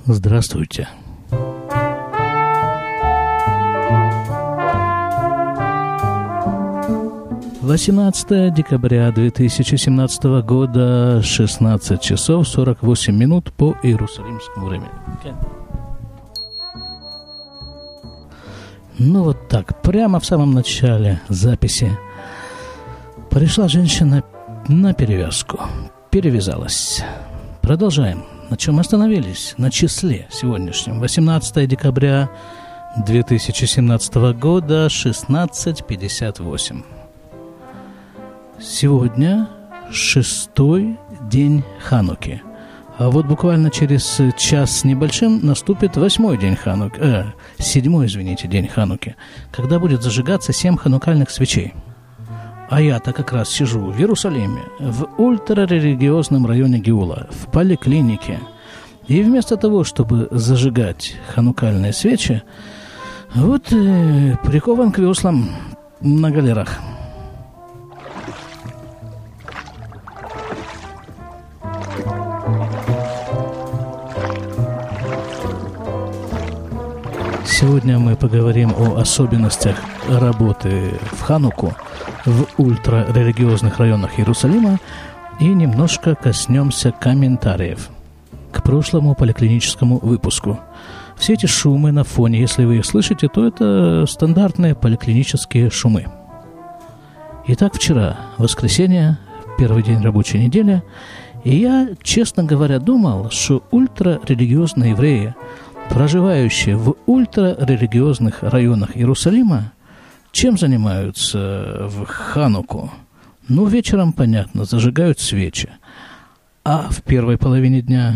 Здравствуйте. «18 декабря 2017 года, 16 часов 48 минут по иерусалимскому времени». Ну вот так, прямо в самом начале записи пришла женщина на перевязку, перевязалась. Продолжаем. На чем остановились? На числе сегодняшнем. 18 декабря 2017 года, 16:58. Сегодня 6-й день Хануки. А вот буквально через час с небольшим наступит 8-й день Хануки. 7-й, день Хануки, когда будет зажигаться 7 ханукальных свечей. А я-то как раз сижу в Иерусалиме, в ультрарелигиозном районе Геула, в поликлинике. И вместо того, чтобы зажигать ханукальные свечи, вот прикован к веслам на галерах. Сегодня мы поговорим о особенностях работы в Хануку в ультрарелигиозных районах Иерусалима и немножко коснемся комментариев к прошлому поликлиническому выпуску. Все эти шумы на фоне, если вы их слышите, то это стандартные поликлинические шумы. Итак, вчера, воскресенье, первый день рабочей недели, и я, честно говоря, думал, что ультрарелигиозные евреи, проживающие в ультрарелигиозных районах Иерусалима, чем занимаются в Хануку? Ну, вечером, понятно, зажигают свечи. А в первой половине дня?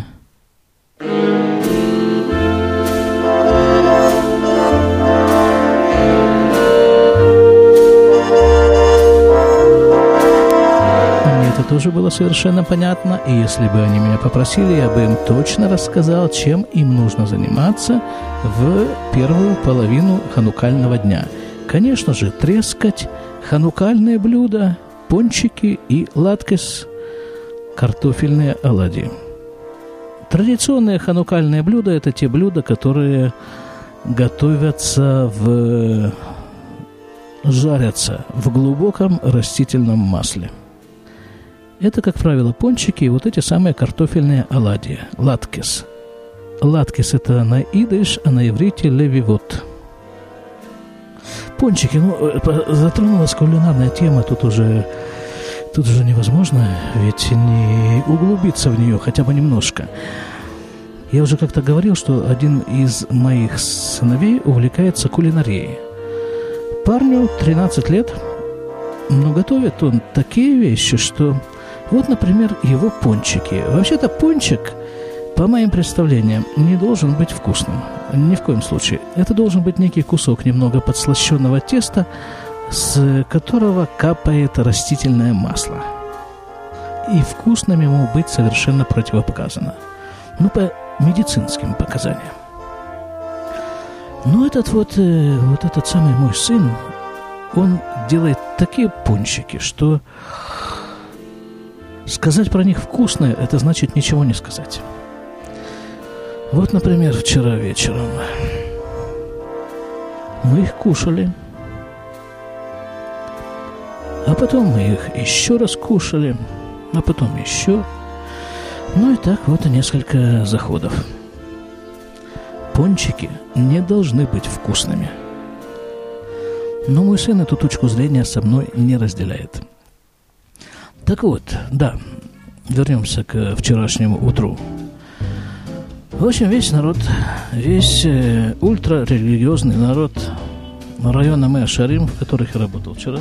Это тоже было совершенно понятно, и если бы они меня попросили, я бы им точно рассказал, чем им нужно заниматься в первую половину ханукального дня. Конечно же, трескать ханукальные блюда, пончики и латкес, картофельные оладьи. Традиционные ханукальные блюда – это те блюда, которые жарятся в глубоком растительном масле. Это, как правило, пончики и вот эти самые картофельные оладьи, латкес. Латкес – это на идиш, а на иврите левивот. Пончики, затронулась кулинарная тема, тут уже невозможно ведь не углубиться в нее хотя бы немножко. Я уже как-то говорил, что один из моих сыновей увлекается кулинарией. Парню 13 лет, но готовит он такие вещи, что... Вот, например, его пончики. Вообще-то пончик, по моим представлениям, не должен быть вкусным. Ни в коем случае. Это должен быть некий кусок немного подслащенного теста, с которого капает растительное масло. И вкусным ему быть совершенно противопоказано. По медицинским показаниям. Но этот самый мой сын, он делает такие пончики, что... Сказать про них вкусное – это значит ничего не сказать. Вот, например, вчера вечером мы их кушали, а потом мы их еще раз кушали, а потом еще. Ну и так вот несколько заходов. Пончики не должны быть вкусными. Но мой сын эту точку зрения со мной не разделяет. Так вот, да, вернемся к вчерашнему утру. В общем, весь народ, весь ультрарелигиозный народ района Меа-Шаарим, в которых я работал вчера.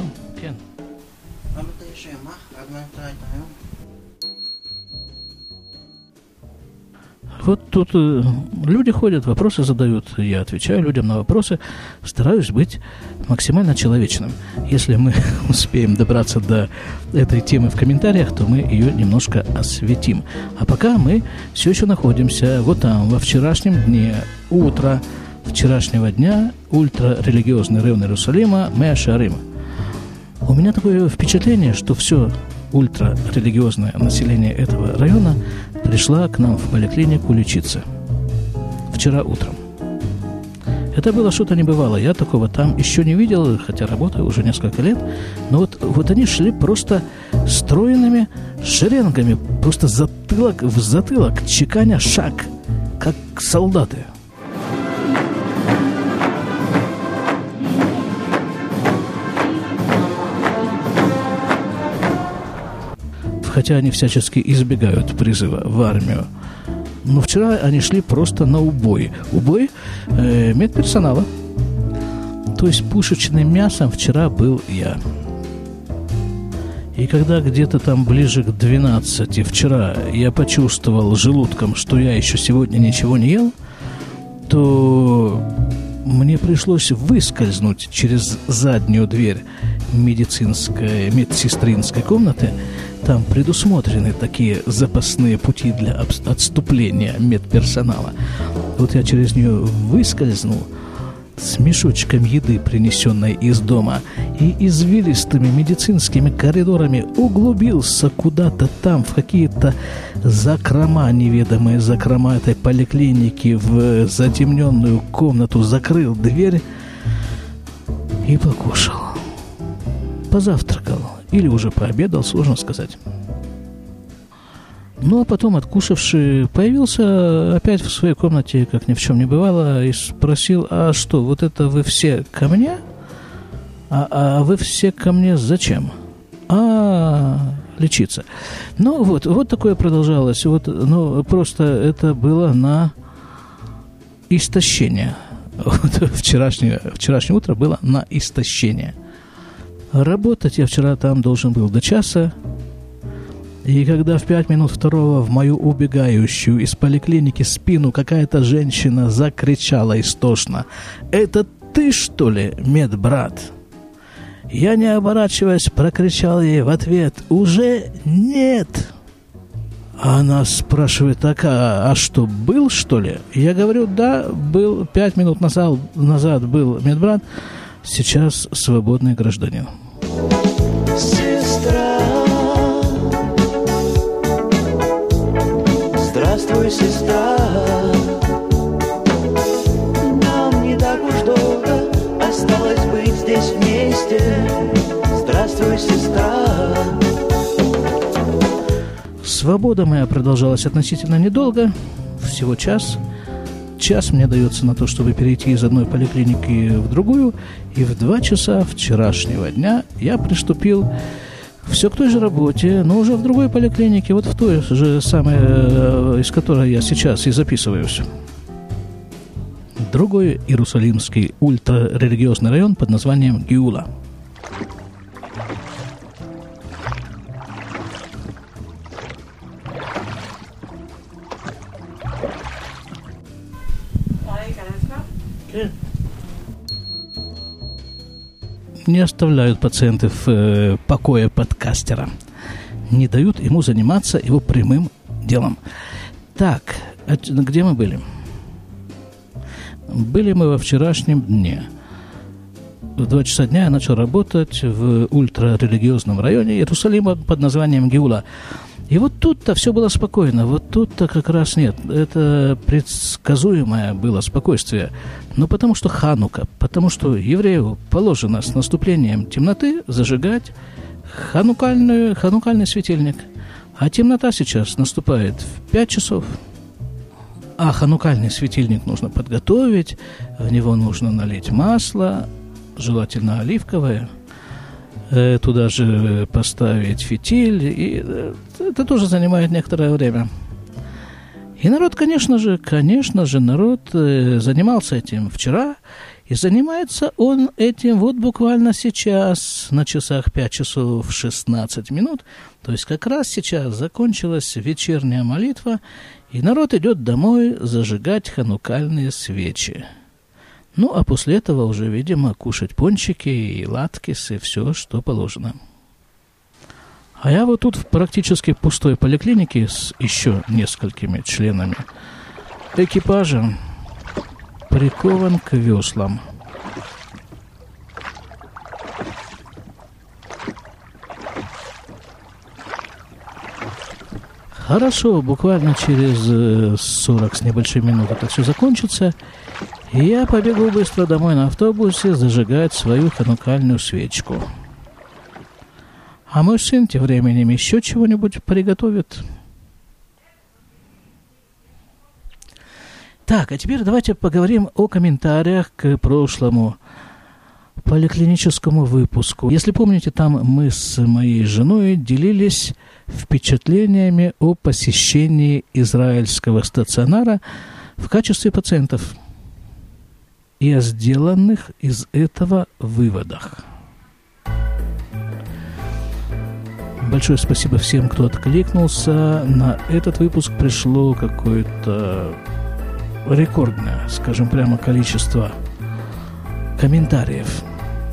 Вот тут люди ходят, вопросы задают, я отвечаю людям на вопросы, стараюсь быть максимально человечным. Если мы успеем добраться до этой темы в комментариях, то мы ее немножко осветим. А пока мы все еще находимся вот там, во вчерашнем дне, утро вчерашнего дня, ультрарелигиозный район Иерусалима, Меа-Шаарим. У меня такое впечатление, что все ультрарелигиозное население этого района пришла к нам в поликлинику лечиться. вчера утром. Это было что-то небывалое. Я такого там еще не видел, хотя работаю уже несколько лет. Но вот они шли просто стройными шеренгами, просто затылок в затылок, чеканя шаг, как солдаты. Хотя они всячески избегают призыва в армию. Но вчера они шли просто на убой. Убой медперсонала. То есть пушечным мясом вчера был я. И когда где-то там ближе к 12 вчера я почувствовал желудком, что я еще сегодня ничего не ел, то мне пришлось выскользнуть через заднюю дверь медсестринской комнаты. Там предусмотрены такие запасные пути для отступления медперсонала. Вот я через нее выскользнул с мешочком еды, принесенной из дома, и извилистыми медицинскими коридорами углубился куда-то там, в какие-то закрома, неведомые закрома этой поликлиники, в затемненную комнату, закрыл дверь и покушал. Позавтракал. Или уже пообедал, сложно сказать. Ну, а потом, откушавший, появился опять в своей комнате, как ни в чем не бывало, и спросил: а что, вот это вы все ко мне? А вы все ко мне зачем? Лечиться. Ну, вот такое продолжалось. Просто это было на истощение. Вчерашнее утро было на истощение. Работать я вчера там должен был до часа. И когда в 5 минут второго в мою убегающую из поликлиники спину какая-то женщина закричала истошно: «Это ты, что ли, медбрат?» Я, не оборачиваясь, прокричал ей в ответ: «Уже нет!» Она спрашивает: а что, был, что ли? Я говорю: да, был, 5 минут назад был медбрат, сейчас свободный гражданин. Сестра, здравствуй, сестра. Нам не так уж долго осталось быть здесь вместе. Здравствуй, сестра. Свобода моя продолжалась относительно недолго, всего час. Час мне дается на то, чтобы перейти из одной поликлиники в другую, и в 2 часа вчерашнего дня я приступил все к той же работе, но уже в другой поликлинике, вот в той же самой, из которой я сейчас и записываюсь. Другой иерусалимский ультрарелигиозный район под названием Геула. Не оставляют пациенты в покое подкастера. Не дают ему заниматься его прямым делом. Так, где мы были? Были мы во вчерашнем дне. В 2 часа дня я начал работать в ультрарелигиозном районе Иерусалима под названием Геула. И вот тут-то все было спокойно, вот тут-то как раз нет. Это предсказуемое было спокойствие. Но потому что Ханука, потому что еврею положено с наступлением темноты зажигать ханукальный светильник. А темнота сейчас наступает в 5 часов. А ханукальный светильник нужно подготовить, в него нужно налить масло, желательно оливковое. Туда же поставить фитиль, и это тоже занимает некоторое время. И народ, конечно же, народ занимался этим вчера, и занимается он этим вот буквально сейчас, на часах 5 часов 16 минут, то есть как раз сейчас закончилась вечерняя молитва, и народ идет домой зажигать ханукальные свечи. Ну, а после этого уже, видимо, кушать пончики и латкис и все, что положено. А я вот тут в практически пустой поликлинике с еще несколькими членами экипажа прикован к веслам. Хорошо, буквально через 40 с небольшим минут это все закончится. И я побегу быстро домой на автобусе зажигать свою ханукальную свечку. А мой сын тем временем еще чего-нибудь приготовит. Так, а теперь давайте поговорим о комментариях к прошлому поликлиническому выпуску. Если помните, там мы с моей женой делились впечатлениями о посещении израильского стационара в качестве пациентов и о сделанных из этого выводах. Большое спасибо всем, кто откликнулся. На этот выпуск пришло какое-то рекордное, скажем прямо, количество комментариев.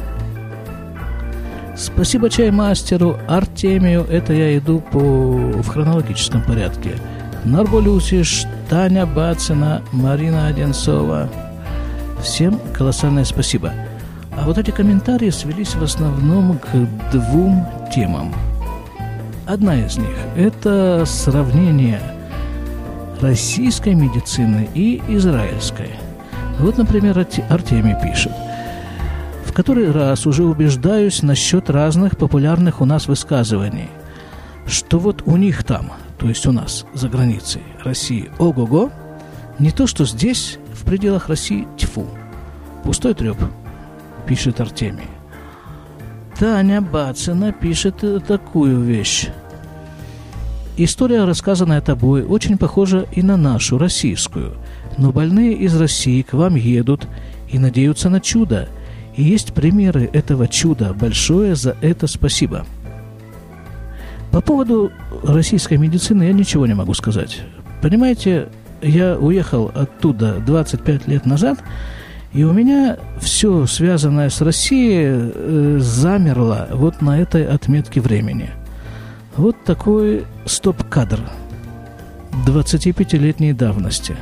Спасибо чаймастеру Артемию. Это я иду в хронологическом порядке. Нарболюсиш, Таня Бацина, Марина Одинцова. Всем колоссальное спасибо. А вот эти комментарии свелись в основном к двум темам. Одна из них – это сравнение российской медицины и израильской. Вот, например, Артемий пишет: в который раз уже убеждаюсь насчет разных популярных у нас высказываний, что вот у них там, то есть у нас, за границей России, ого-го, не то, что здесь, в пределах России, тьфу. Пустой треп, пишет Артемий. Таня Бацина пишет такую вещь. История, рассказанная тобой, очень похожа и на нашу, российскую. Но больные из России к вам едут и надеются на чудо. И есть примеры этого чуда. Большое за это спасибо. По поводу российской медицины я ничего не могу сказать. Понимаете, я уехал оттуда 25 лет назад, и у меня все, связанное с Россией, замерло вот на этой отметке времени. Вот такой стоп-кадр 25-летней давности.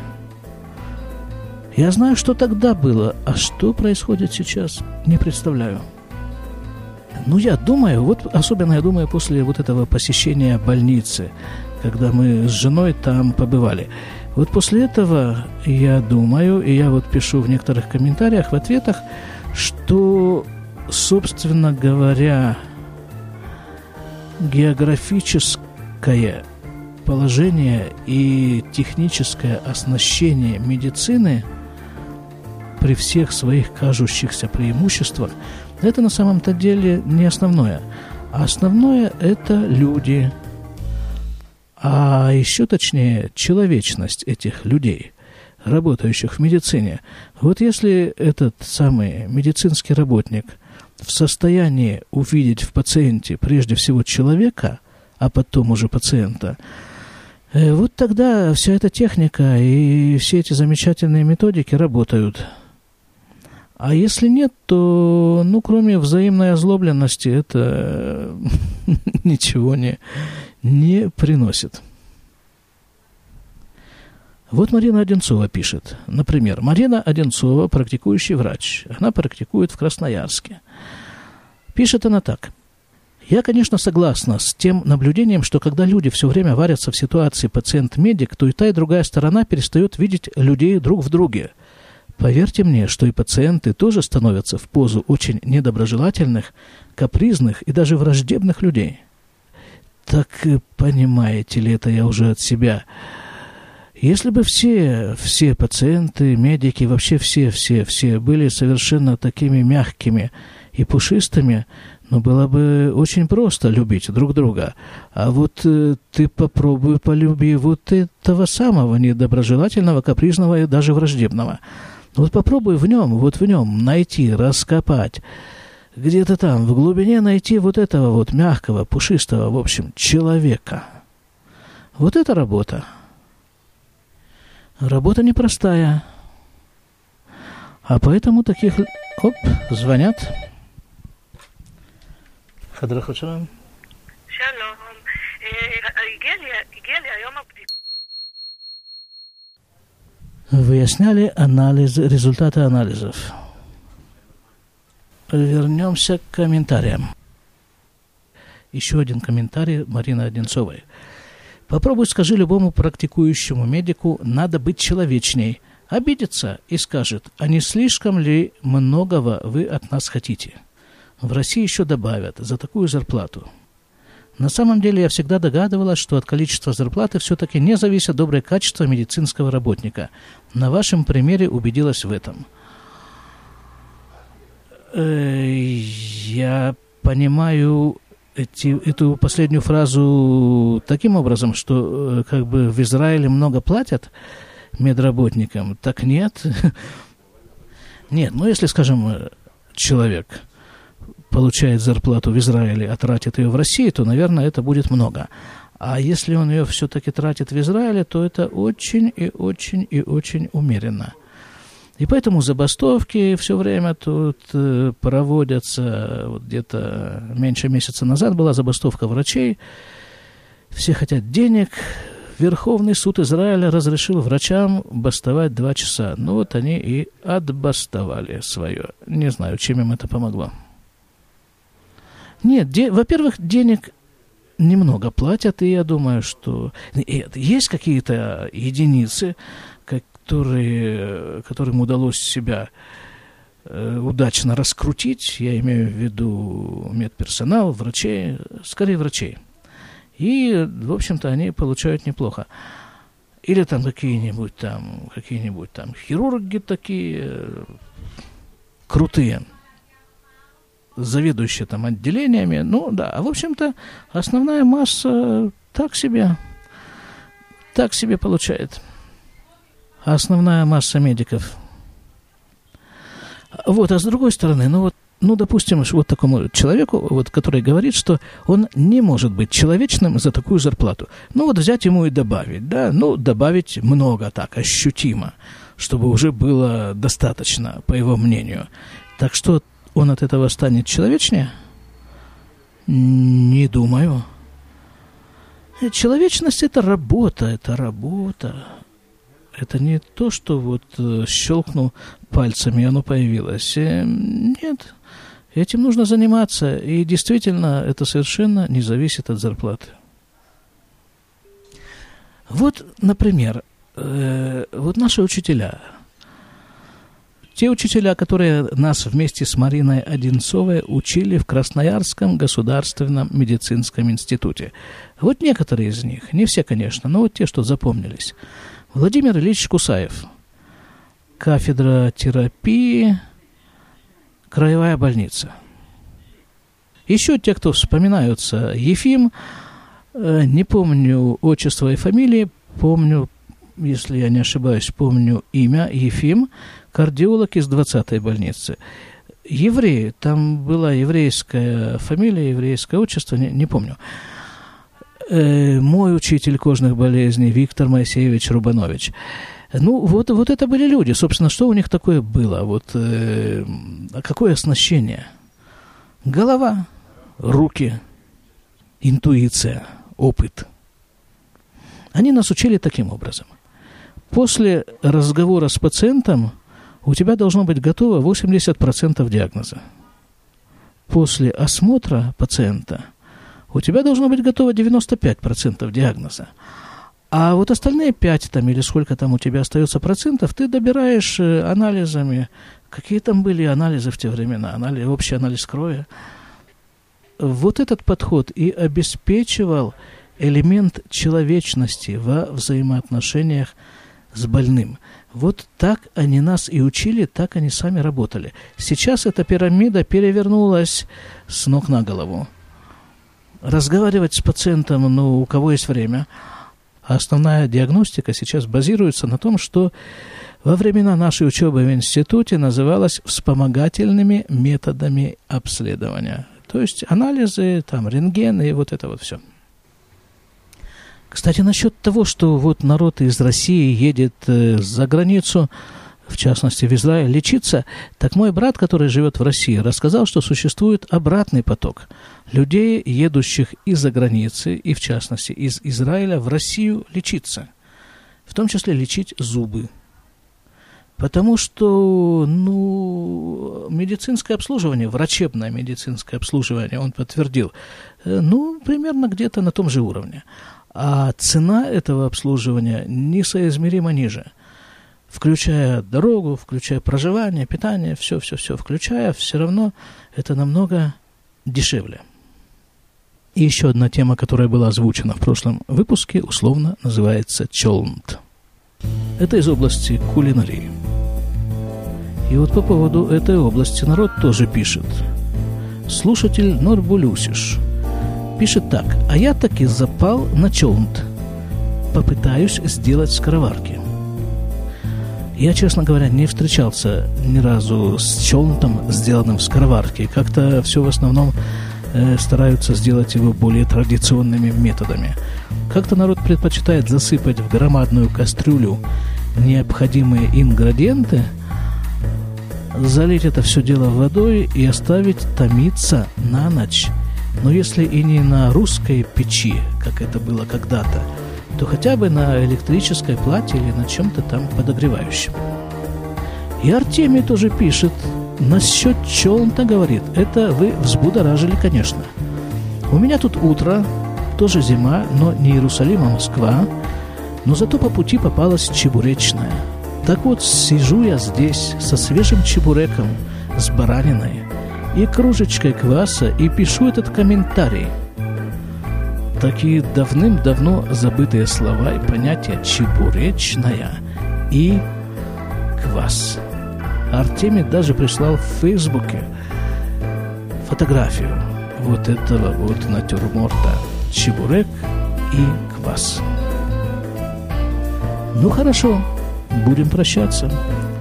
Я знаю, что тогда было, а что происходит сейчас, не представляю. Ну, я думаю, вот особенно я думаю после вот этого посещения больницы, когда мы с женой там побывали. Вот после этого я думаю, и я вот пишу в некоторых комментариях, в ответах, что, собственно говоря, географическое положение и техническое оснащение медицины при всех своих кажущихся преимуществах, это на самом-то деле не основное. А основное – это люди. А еще точнее, человечность этих людей, работающих в медицине. Вот если этот самый медицинский работник в состоянии увидеть в пациенте прежде всего человека, а потом уже пациента, вот тогда вся эта техника и все эти замечательные методики работают. А если нет, то, кроме взаимной озлобленности, это ничего не приносит. Вот Марина Одинцова пишет. Например, Марина Одинцова, практикующий врач. Она практикует в Красноярске. Пишет она так. Я, конечно, согласна с тем наблюдением, что когда люди все время варятся в ситуации пациент-медик, то и та, и другая сторона перестает видеть людей друг в друге. Поверьте мне, что и пациенты тоже становятся в позу очень недоброжелательных, капризных и даже враждебных людей. Так понимаете ли, это я уже от себя. Если бы все пациенты, медики, вообще все были совершенно такими мягкими и пушистыми, было бы очень просто любить друг друга. А вот ты попробуй полюби вот этого самого недоброжелательного, капризного и даже враждебного. Вот попробуй в нем найти, раскопать, где-то там в глубине найти вот этого вот мягкого, пушистого, в общем, человека. Вот это работа. Работа непростая. А поэтому таких... звонят. חדרך שלום. שלום. הגיע לי היום הבדיקה. Выясняли результаты анализов. Вернемся к комментариям. Еще один комментарий Марины Одинцовой. Попробуй скажи любому практикующему медику, надо быть человечней. Обидится и скажет, а не слишком ли многого вы от нас хотите? В России еще добавят за такую зарплату. На самом деле я всегда догадывалась, что от количества зарплаты все-таки не зависит доброе качество медицинского работника. На вашем примере убедилась в этом. Я понимаю эту последнюю фразу таким образом, что как бы в Израиле много платят медработникам. Так нет. Нет, если, скажем, человек получает зарплату в Израиле, а тратит ее в России, то, наверное, это будет много. А если он ее все-таки тратит в Израиле, то это очень и очень и очень умеренно. И поэтому забастовки все время тут проводятся. Вот где-то меньше месяца назад была забастовка врачей. Все хотят денег. Верховный суд Израиля разрешил врачам бастовать 2 часа. Вот они и отбастовали свое. Не знаю, чем им это помогло. Нет, во-первых, денег немного платят, и я думаю, что есть какие-то единицы, которым удалось себя удачно раскрутить. Я имею в виду медперсонал, врачей, скорее врачей. И, в общем-то, они получают неплохо. Или там какие-нибудь там хирурги такие крутые, заведующие там отделениями. А в общем-то, основная масса так себе получает. Основная масса медиков. А с другой стороны, допустим, вот такому человеку, который говорит, что он не может быть человечным за такую зарплату. Взять ему и добавить, добавить много так, ощутимо, чтобы уже было достаточно, по его мнению. Так что он от этого станет человечнее? Не думаю. Человечность – это работа. Это не то, что щелкнул пальцами, и оно появилось. Нет. Этим нужно заниматься. И действительно, это совершенно не зависит от зарплаты. Например, наши учителя. Те учителя, которые нас вместе с Мариной Одинцовой учили в Красноярском государственном медицинском институте. Некоторые из них, не все, конечно, но те, что запомнились. Владимир Ильич Кусаев, кафедра терапии, краевая больница. Еще те, кто вспоминаются, Ефим, не помню отчество и фамилии, помню, если я не ошибаюсь, помню имя, Ефим, кардиолог из 20-й больницы. Евреи, там была еврейская фамилия, еврейское отчество, не помню. Мой учитель кожных болезней Виктор Моисеевич Рубанович. Это были люди. Собственно, что у них такое было? Какое оснащение? Голова, руки, интуиция, опыт. Они нас учили таким образом. После разговора с пациентом у тебя должно быть готово 80% диагноза. После осмотра пациента у тебя должно быть готово 95% диагноза. А остальные 5 или сколько там у тебя остается процентов, ты добираешь анализами. Какие там были анализы в те времена? Общий анализ крови. Этот подход и обеспечивал элемент человечности во взаимоотношениях с больным. Так они нас и учили, так они сами работали. Сейчас эта пирамида перевернулась с ног на голову. Разговаривать с пациентом, у кого есть время. А основная диагностика сейчас базируется на том, что во времена нашей учебы в институте называлась вспомогательными методами обследования. То есть анализы, рентген и это все. Кстати, насчет того, что народ из России едет за границу, в частности в Израиль, лечиться, так мой брат, который живет в России, рассказал, что существует обратный поток людей, едущих из-за границы, и в частности из Израиля в Россию лечиться, в том числе лечить зубы. Потому что, медицинское обслуживание, врачебное медицинское обслуживание, он подтвердил, примерно где-то на том же уровне. а цена этого обслуживания несоизмеримо ниже. Включая дорогу, включая проживание, питание, все, включая, все равно это намного дешевле. И еще одна тема, которая была озвучена в прошлом выпуске, условно называется чолнт. Это из области кулинарии. И вот по поводу этой области народ тоже пишет. Слушатель Норбулюсиш пишет так: а я таки запал на чолнт. Попытаюсь сделать скороварки. Я, честно говоря, не встречался ни разу с чолнтом, сделанным в скороварке. Как-то все в основном стараются сделать его более традиционными методами. Как-то народ предпочитает засыпать в громадную кастрюлю необходимые ингредиенты, залить это все дело водой и оставить томиться на ночь. Но если и не на русской печи, как это было когда-то, то хотя бы на электрической плате или на чем-то там подогревающем. И Артемий тоже пишет, насчет чолнта говорит, это вы взбудоражили, конечно. У меня тут утро, тоже зима, но не Иерусалим, а Москва, но зато по пути попалась чебуречная. Так вот, сижу я здесь со свежим чебуреком, с бараниной и кружечкой кваса и пишу этот комментарий. Такие давным-давно забытые слова и понятия чебуречная и квас. Артемий даже прислал в Фейсбуке фотографию вот этого вот натюрморта чебурек и квас. Ну хорошо, будем прощаться.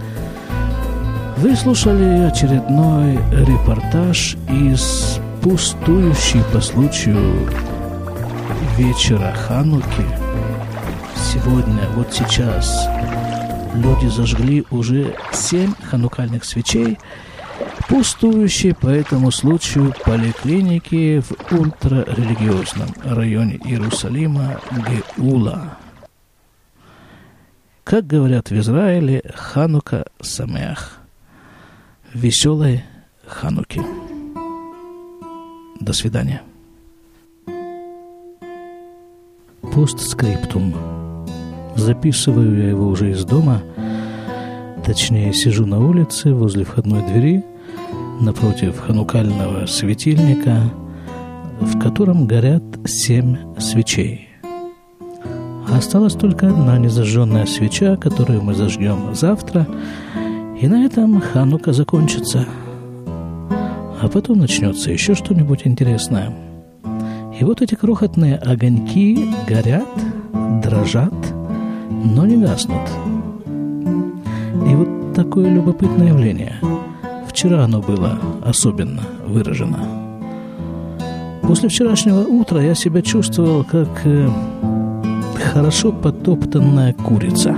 Вы слушали очередной репортаж из пустующей по случаю вечера Хануки. Сегодня, вот сейчас, люди зажгли уже 7 ханукальных свечей, пустующие по этому случаю поликлиники в ультрарелигиозном районе Иерусалима Геула. Как говорят в Израиле, Ханука Самеах. Веселой Хануки. До свидания. Постскриптум. Записываю я его уже из дома. Точнее, сижу на улице возле входной двери, напротив ханукального светильника, в котором горят 7 свечей. Осталась только одна незажженная свеча, которую мы зажгем завтра, и на этом Ханука закончится. А потом начнется еще что-нибудь интересное. И вот эти крохотные огоньки горят, дрожат, но не гаснут. И вот такое любопытное явление. Вчера оно было особенно выражено. После вчерашнего утра я себя чувствовал как хорошо потоптанная курица.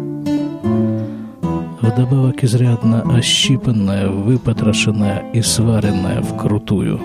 Вдобавок изрядно ощипанная, выпотрошенная и сваренная вкрутую.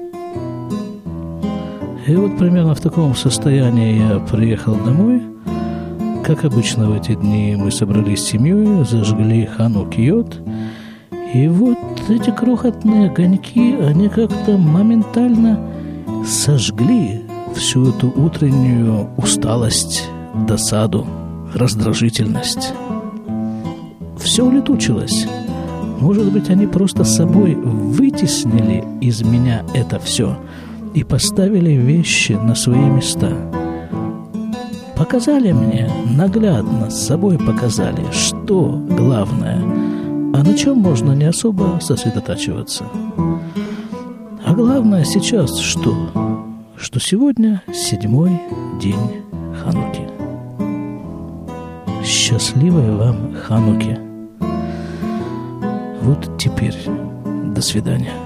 И вот примерно в таком состоянии я приехал домой. Как обычно в эти дни мы собрались с семьей, зажгли ханукиот. И вот эти крохотные огоньки, они как-то моментально сожгли всю эту утреннюю усталость, досаду, раздражительность. Все улетучилось. Может быть, они просто собой вытеснили из меня это все и поставили вещи на свои места. Показали мне, наглядно, с собой показали, что главное, а на чем можно не особо сосредотачиваться. А главное сейчас что? Что сегодня 7-й день Хануки. Счастливой вам Хануки. Вот теперь до свидания.